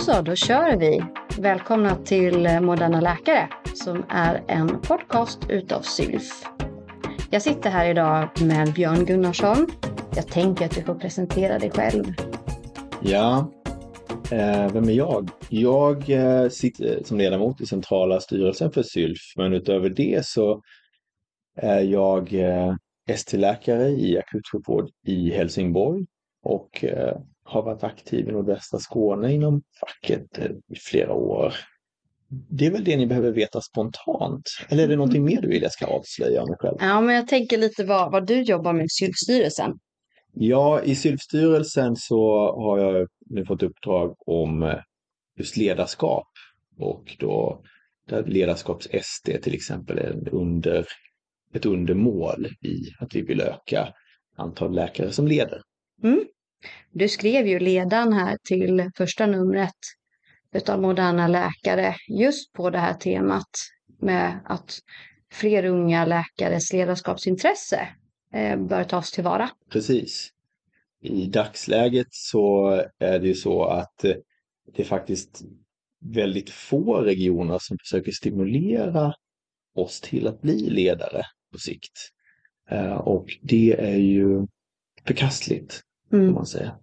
Då kör vi. Välkomna till Moderna läkare som är en podcast utav Sylf. Jag sitter här idag med Björn Gunnarsson. Jag tänker att du får presentera dig själv. Ja, vem är jag? Jag sitter som ledamot i centrala styrelsen för Sylf, men utöver det så är jag ST-läkare i akutsjukvård i Helsingborg och har varit aktiv i nordvästra Skåne inom facket i flera år. Det är väl det ni behöver veta spontant? Eller är det någonting mer du vill jag ska avslöja om mig själv? Ja, men jag tänker lite vad du jobbar med i Sylf-styrelsen. Ja, i Sylf-styrelsen så har jag nu fått uppdrag om just ledarskap. Och då där ledarskaps-SD till exempel är ett undermål i att vi vill öka antal läkare som leder. Du skrev ju ledaren här till första numret utav Moderna läkare just på det här temat med att fler unga läkares ledarskapsintresse bör tas tillvara. Precis. I dagsläget så är det ju så att det är faktiskt väldigt få regioner som försöker stimulera oss till att bli ledare på sikt. Och det är ju förkastligt, kan man säga.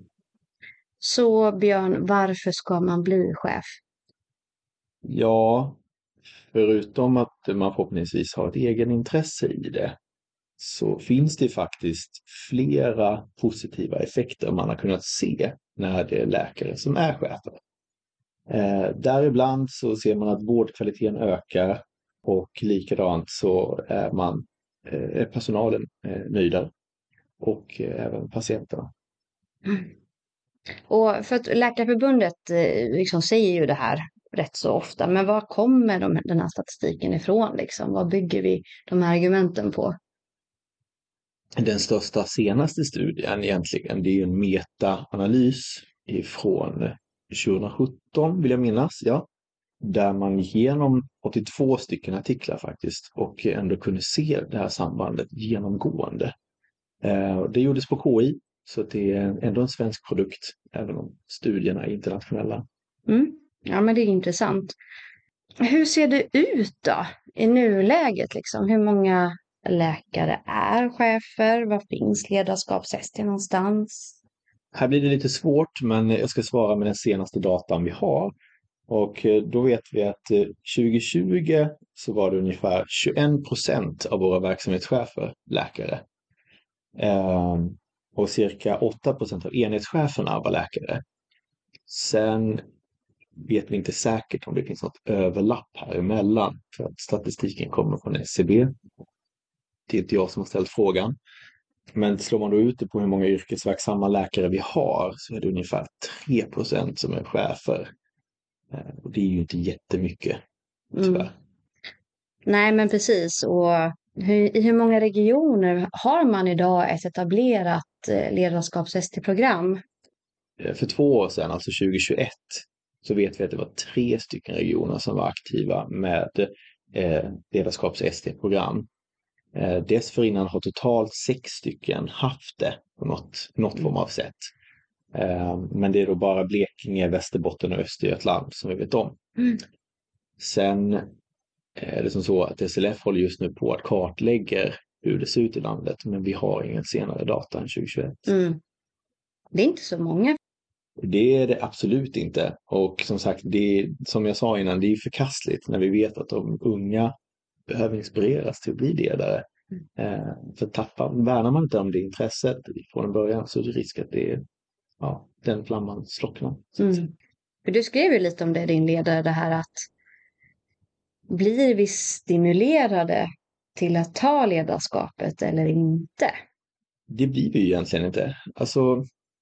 Så Björn, varför ska man bli chef? Ja, förutom att man förhoppningsvis har ett egenintresse i det så finns det faktiskt flera positiva effekter man har kunnat se när det är läkare som är chefer. Däribland så ser man att vårdkvaliteten ökar och likadant så är personalen nöjdare och även patienterna. Och för att Läkarförbundet liksom säger ju det här rätt så ofta, men var kommer den här statistiken ifrån liksom? Vad bygger vi de här argumenten på? Den största senaste studien egentligen, det är en metaanalys ifrån 2017 vill jag minnas, ja. Där man genom 82 stycken artiklar faktiskt och ändå kunde se det här sambandet genomgående. Det gjordes på KI, så det är ändå en svensk produkt även om studierna är internationella. Ja, men det är intressant. Hur ser det ut då i nuläget liksom? Hur många läkare är chefer? Var finns ledarskaps-ST någonstans? Här blir det lite svårt, men jag ska svara med den senaste datan vi har. Och då vet vi att 2020 så var det ungefär 21% av våra verksamhetschefer läkare. Och cirka 8% av enhetscheferna var läkare. Sen vet vi inte säkert om det finns något överlapp här emellan. För att statistiken kommer från SCB. Det är inte jag som har ställt frågan. Men slår man då ut det på hur många yrkesverksamma läkare vi har så är det ungefär 3% som är chefer. Och det är ju inte jättemycket, tyvärr. Nej, men precis. Och i hur många regioner har man idag ett etablerat ledarskaps-ST-program? För 2 år sedan, alltså 2021, så vet vi att det var 3 stycken regioner som var aktiva med ledarskaps-ST-program. Dessförinnan har totalt 6 stycken haft det på något form av sätt. Men det är då bara Blekinge, Västerbotten och Östergötland som vi vet om. Sen är det som så att SLF håller just nu på att kartlägga hur det ser ut i landet, men vi har ingen senare data än 2021. Det är inte så många. Det är det absolut inte. Och som sagt, som jag sa innan, det är förkastligt när vi vet att de unga behöver inspireras till att bli ledare. För värnar man inte om det intresset från början så är det risk att den flamman slocknar. För du skrev ju lite om det, din ledare, det här att blir vi stimulerade till att ta ledarskapet eller inte? Det blir vi ju egentligen inte. Alltså,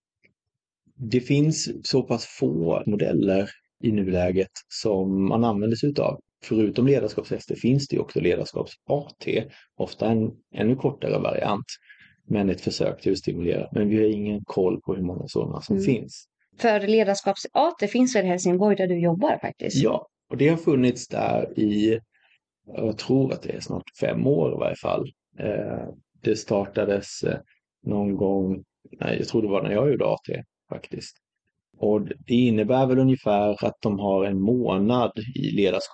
det finns så pass få modeller i nuläget som man använder sig utav. Förutom ledarskaps-ST finns det också ledarskaps-AT, ofta en ännu kortare variant, men ett försök till att stimulera. Men vi har ingen koll på hur många sådana som finns. För ledarskaps-AT finns det i Helsingborg där du jobbar faktiskt. Ja, och det har funnits där jag tror att det är snart 5 år i varje fall. Det startades någon gång, jag tror det var när jag gjorde AT faktiskt. Och det innebär väl ungefär att de har en månad i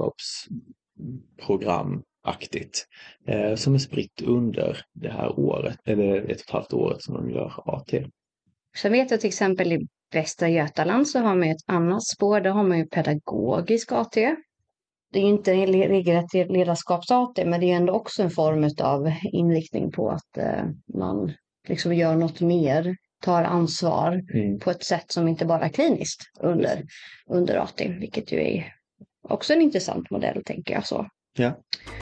ledarskapsprogramaktigt som är spritt under det här året, eller 1,5 året som de gör AT. Sen vet jag till exempel i Västra Götaland så har man ett annat spår. Där har man ju pedagogisk AT. Det är inte en regelrätt ledarskaps-AT, men det är ändå också en form av inriktning på att man liksom gör något mer, tar ansvar på ett sätt som inte bara är kliniskt under AT, vilket ju är också en intressant modell, tänker jag så. Ja.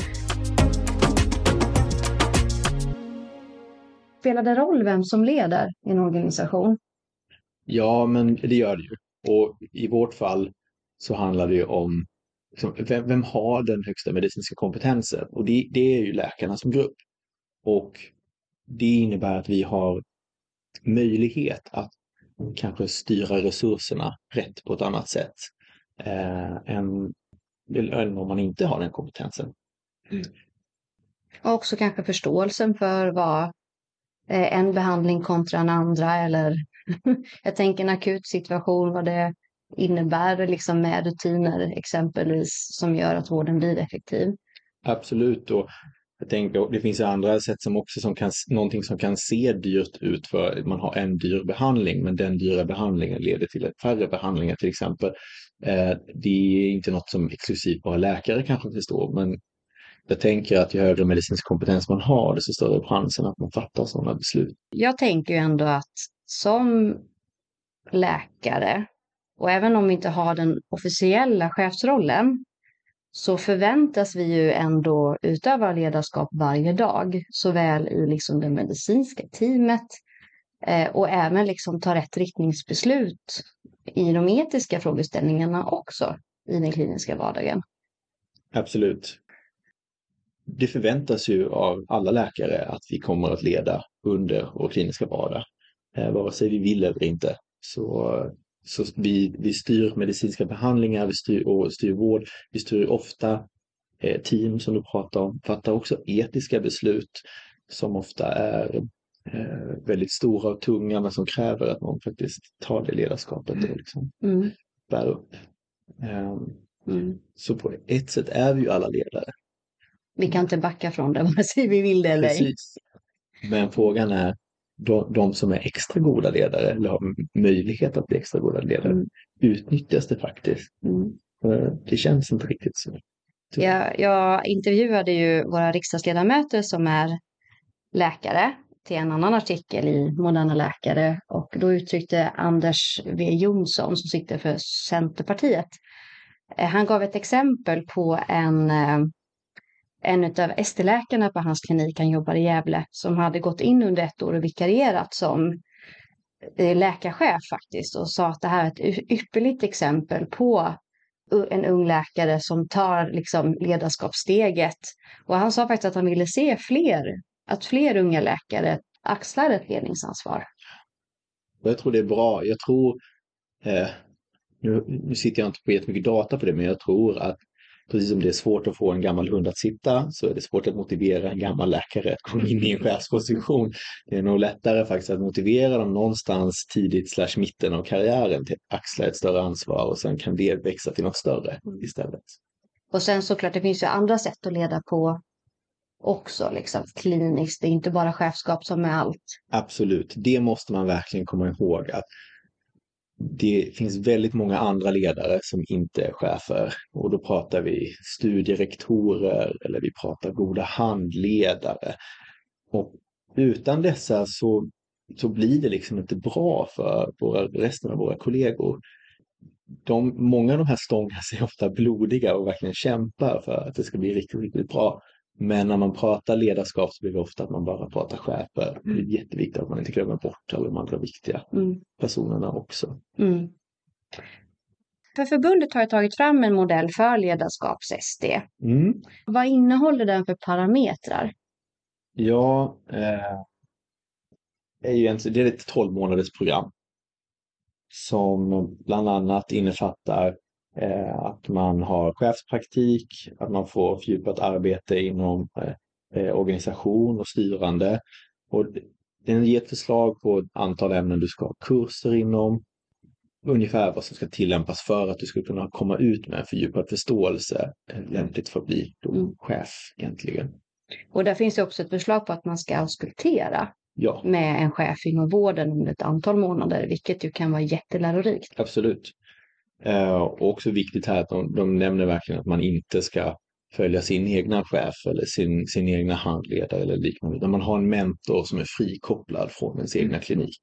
Spelar det roll vem som leder en organisation? Ja, men det gör det ju. Och i vårt fall så handlar det ju om vem har den högsta medicinska kompetensen? Och det är ju läkarna som grupp. Och det innebär att vi har möjlighet att kanske styra resurserna rätt på ett annat sätt än om man inte har den kompetensen. Och också kanske förståelsen för vad en behandling kontra en andra, eller jag tänker en akut situation, vad det innebär liksom med rutiner exempelvis som gör att vården blir effektiv. Absolut, och jag tänker det finns andra sätt som också någonting som kan se dyrt ut, för man har en dyr behandling men den dyra behandlingen leder till färre behandlingar till exempel. Det är inte något som exklusivt bara läkare kanske förstår, men jag tänker att ju högre medicinsk kompetens man har, desto större är chansen att man fattar sådana beslut. Jag tänker ju ändå att som läkare, och även om vi inte har den officiella chefsrollen, så förväntas vi ju ändå utöva ledarskap varje dag, såväl i liksom det medicinska teamet och även liksom ta rätt riktningsbeslut i de etiska frågeställningarna också i den kliniska vardagen. Absolut. Det förväntas ju av alla läkare att vi kommer att leda under vår kliniska vardag. Vare sig vi vill eller inte. Så vi styr medicinska behandlingar, vi styr vård, vi styr ofta team som du pratar om, fattar också etiska beslut som ofta är väldigt stora och tunga, men som kräver att man faktiskt tar det ledarskapet och liksom bär upp. Så på ett sätt är vi ju alla ledare. Vi kan inte backa från det, vare sig vi vill det eller ej. Precis. Men frågan är, de som är extra goda ledare eller har möjlighet att bli extra goda ledare, utnyttjas det faktiskt? Det känns inte riktigt så. Jag intervjuade ju våra riksdagsledamöter som är läkare till en annan artikel i Moderna läkare, och då uttryckte Anders W. Jonsson som sitter för Centerpartiet, han gav ett exempel på en av ST-läkarna på hans klinik, han jobbar i Gävle, som hade gått in under 1 år och vikarierat som läkarchef faktiskt, och sa att det här är ett ypperligt exempel på en ung läkare som tar liksom ledarskapssteget. Och han sa faktiskt att han ville se fler unga läkare axlar ett ledningsansvar. Och jag tror det är bra. Jag tror, nu sitter jag inte på jättemycket data på det, men jag tror att precis som det är svårt att få en gammal hund att sitta, så är det svårt att motivera en gammal läkare att komma in i en chefsposition. Det är nog lättare faktiskt att motivera dem någonstans tidigt / mitten av karriären till att axla ett större ansvar, och sen kan det växa till något större istället. Och sen såklart, det finns ju andra sätt att leda på också, liksom kliniskt. Det är inte bara chefskap som är allt. Absolut, det måste man verkligen komma ihåg, att det finns väldigt många andra ledare som inte är chefer, och då pratar vi studierektorer eller vi pratar goda handledare, och utan dessa så blir det liksom inte bra för resten av våra kollegor. Många av de här stångar sig ofta blodiga och verkligen kämpar för att det ska bli riktigt, riktigt bra. Men när man pratar ledarskap så blir det ofta att man bara pratar chefer. Det är jätteviktigt att man inte glömmer bort alla de andra viktiga personerna också. För förbundet har jag tagit fram en modell för ledarskaps-SD. Vad innehåller den för parametrar? Ja, det är ett 12 månaders program som bland annat innefattar att man har chefspraktik, att man får fördjupat arbete inom organisation och styrande. Och den ger ett förslag på ett antal ämnen du ska ha kurser inom. ungefär vad som ska tillämpas för att du ska kunna komma ut med en fördjupad förståelse lämpligt för att bli chef egentligen. Och där finns det också ett förslag på att man ska auskultera med en chef inom vården under ett antal månader, vilket ju kan vara jättelärorikt. Absolut. Och också viktigt här att de nämner verkligen att man inte ska följa sin egna chef eller sin egna handledare eller liknande, utan man har en mentor som är frikopplad från ens egna klinik.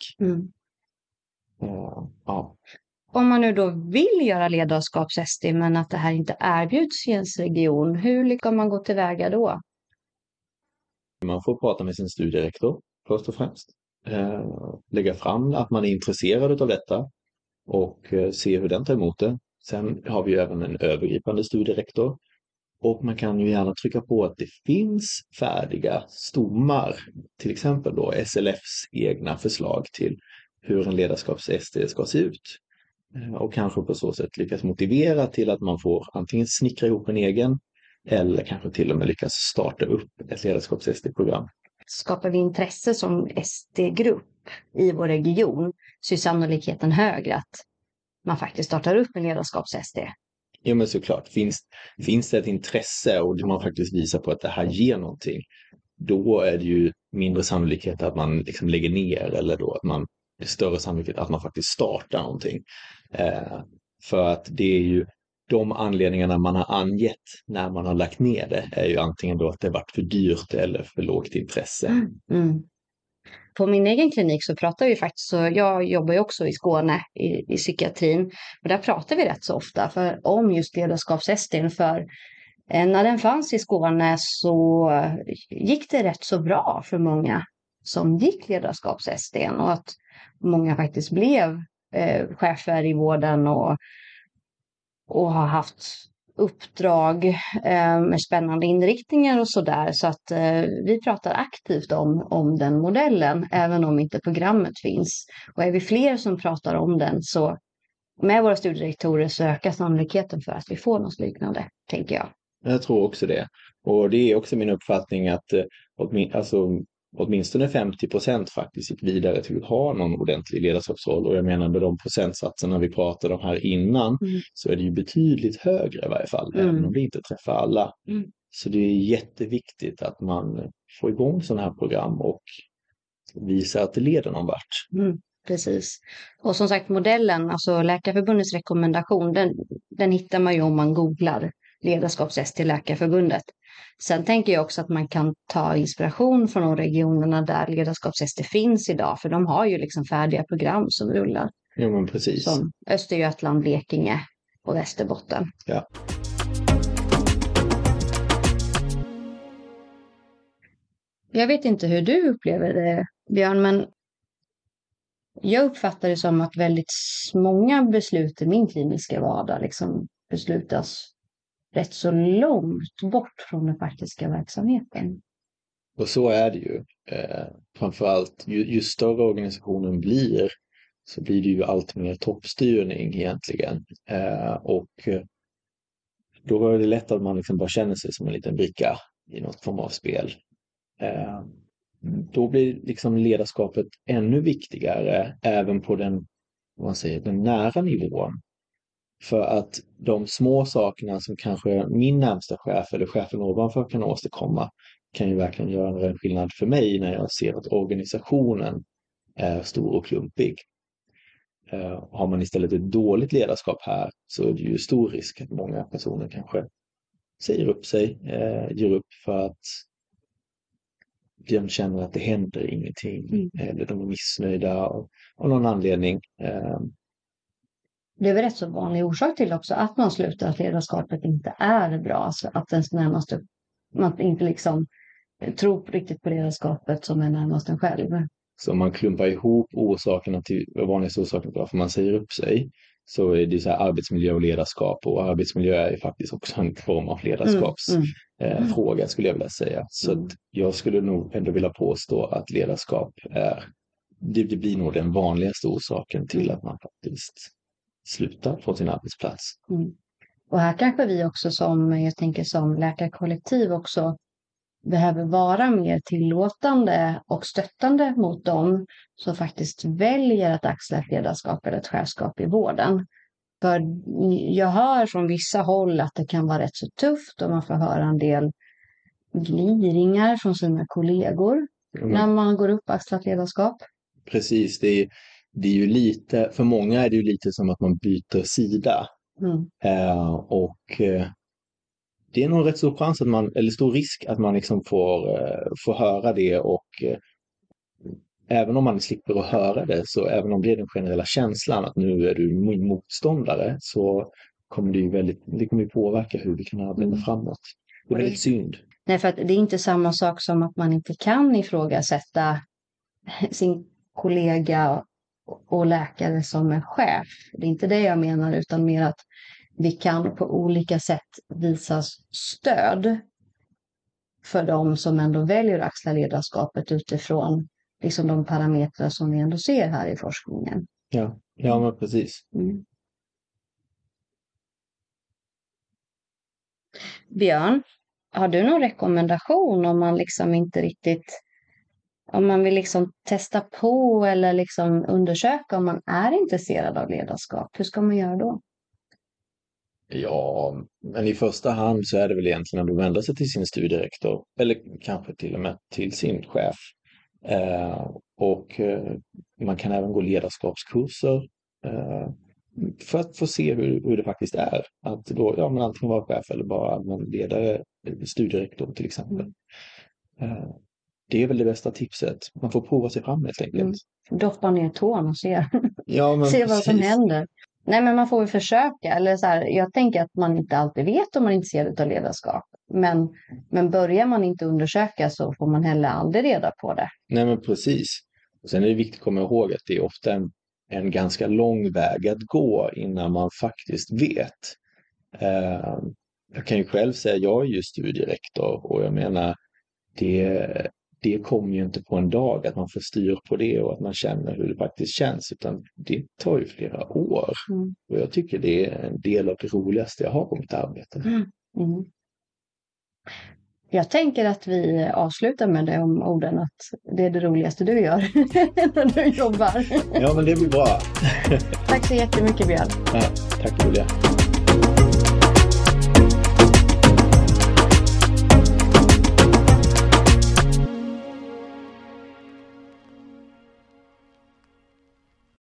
Om man nu då vill göra ledarskaps-SD men att det här inte erbjuds i ens region, hur lyckas man gå tillväga då? Man får prata med sin studierektor först och främst. Lägga fram att man är intresserad av detta och se hur den tar emot det. Sen har vi ju även en övergripande studierektor. Och man kan ju gärna trycka på att det finns färdiga stommar, till exempel då SLFs egna förslag till hur en ledarskaps-SD ska se ut. Och kanske på så sätt lyckas motivera till att man får antingen snickra ihop en egen eller kanske till och med lyckas starta upp ett ledarskaps-SD-program. Skapar vi intresse som SD-grupp i vår region så är sannolikheten högre att man faktiskt startar upp en ledarskaps-SD. Ja, men såklart. Finns det ett intresse och man faktiskt visar på att det här ger någonting, då är det ju mindre sannolikhet att man liksom lägger ner eller då att det är större sannolikhet att man faktiskt startar någonting. För att det är ju de anledningarna man har angett när man har lagt ner det är ju antingen då att det varit för dyrt eller för lågt intresse. På min egen klinik så pratar vi faktiskt, så jag jobbar ju också i Skåne i psykiatrin, och där pratar vi rätt så ofta om just ledarskaps-SD, för när den fanns i Skåne så gick det rätt så bra för många som gick ledarskaps-SD, och att många faktiskt blev chefer i vården och har haft uppdrag med spännande inriktningar och sådär. Så att vi pratar aktivt om den modellen, även om inte programmet finns. Och är vi fler som pratar om den, så med våra studierektorer så ökar sannolikheten för att vi får något liknande, tänker jag. Jag tror också det. Och det är också min uppfattning att åtminstone 50% faktiskt gick vidare till att ha någon ordentlig ledarskapsroll. Och jag menar med de procentsatserna vi pratade om här innan så är det ju betydligt högre i varje fall, även om det inte träffar alla. Så det är jätteviktigt att man får igång sådana här program och visar att det leder någon vart. Precis. Och som sagt, modellen, alltså Läkarförbundets rekommendation, den hittar man ju om man googlar ledarskaps-SD till Läkarförbundet. Sen tänker jag också att man kan ta inspiration från de regionerna där ledarskaps-SD finns idag, för de har ju liksom färdiga program som rullar. Ja, men precis. Som Östergötland, Blekinge och Västerbotten. Ja. Jag vet inte hur du upplever det, Björn, men jag uppfattar det som att väldigt många beslut i min kliniska vardag liksom beslutas rätt så långt bort från den faktiska verksamheten. Och så är det ju. Framförallt ju större organisationen blir, så blir det ju allt mer toppstyrning egentligen. Och då är det lätt att man liksom bara känner sig som en liten bricka i något form av spel. Då blir liksom ledarskapet ännu viktigare även på den nära nivån. För att de små sakerna som kanske min närmsta chef eller chefen ovanför kan åstadkomma kan ju verkligen göra en skillnad för mig när jag ser att organisationen är stor och klumpig. Har man istället ett dåligt ledarskap här så är det ju stor risk att många personer kanske säger upp sig, ger upp för att de känner att det händer ingenting eller de är missnöjda av någon anledning. Det är väl rätt så vanlig orsak till också att man slutar, att ledarskapet inte är bra. Alltså att ens närmaste, man inte liksom tror riktigt på ledarskapet som är närmast en själv. Så om man klumpar ihop orsakerna till vanligaste orsaken till varför man säger upp sig, så är det så här arbetsmiljö och ledarskap, och arbetsmiljö är ju faktiskt också en form av ledarskapsfråga skulle jag vilja säga. Så att jag skulle nog ändå vilja påstå att ledarskap det blir nog den vanligaste orsaken till att man faktiskt slutar på sin arbetsplats. Och här kanske vi också som läkarkollektiv också behöver vara mer tillåtande och stöttande mot dem som faktiskt väljer att axla ett ledarskap eller ett chefskap i vården. För jag hör från vissa håll att det kan vara rätt så tufft och man får höra en del gliringar från sina kollegor när man går upp och axlar ett ledarskap. Precis, det är ju lite, för många är det ju lite som att man byter sida. Det är nog rätt stor chans att eller stor risk att man liksom får höra det, och även om man slipper att höra det, så även om det är den generella känslan att nu är du min motståndare, så kommer det kommer ju påverka hur vi kan arbeta framåt. Det är väldigt synd. Nej, för att det är inte samma sak som att man inte kan ifrågasätta sin kollega och läkare som en chef. Det är inte det jag menar, utan mer att vi kan på olika sätt visa stöd för dem som ändå väljer att axla ledarskapet utifrån liksom de parametrar som vi ändå ser här i forskningen. Ja, men precis. Björn, har du någon rekommendation om man liksom inte riktigt, om man vill liksom testa på eller liksom undersöka om man är intresserad av ledarskap? Hur ska man göra då? Ja, men i första hand så är det väl egentligen att vända sig till sin studierektor, eller kanske till och med till sin chef. Och man kan även gå ledarskapskurser för att få se hur det faktiskt är. Att då, man antingen vara chef eller bara allmän ledare, studierektor till exempel. Det är väl det bästa tipset. Man får prova sig fram helt enkelt. Doppa ner tån och se se vad som händer. Nej, men man får väl försöka. Eller så här, jag tänker att man inte alltid vet om man är intresserad av ledarskap. Men börjar man inte undersöka så får man heller aldrig reda på det. Nej, men precis. Och sen är det viktigt att komma ihåg att det är ofta en ganska lång väg att gå innan man faktiskt vet. Jag kan ju själv säga att jag är ju studierektor, och jag menar det kommer ju inte på en dag att man får styr på det och att man känner hur det faktiskt känns, utan det tar ju flera år. Och jag tycker det är en del av det roligaste jag har på mitt arbete. Jag tänker att vi avslutar med det om orden att det är det roligaste du gör när du jobbar. Ja, men det blir bra. Tack så jättemycket, Björn. Ja, tack Julia.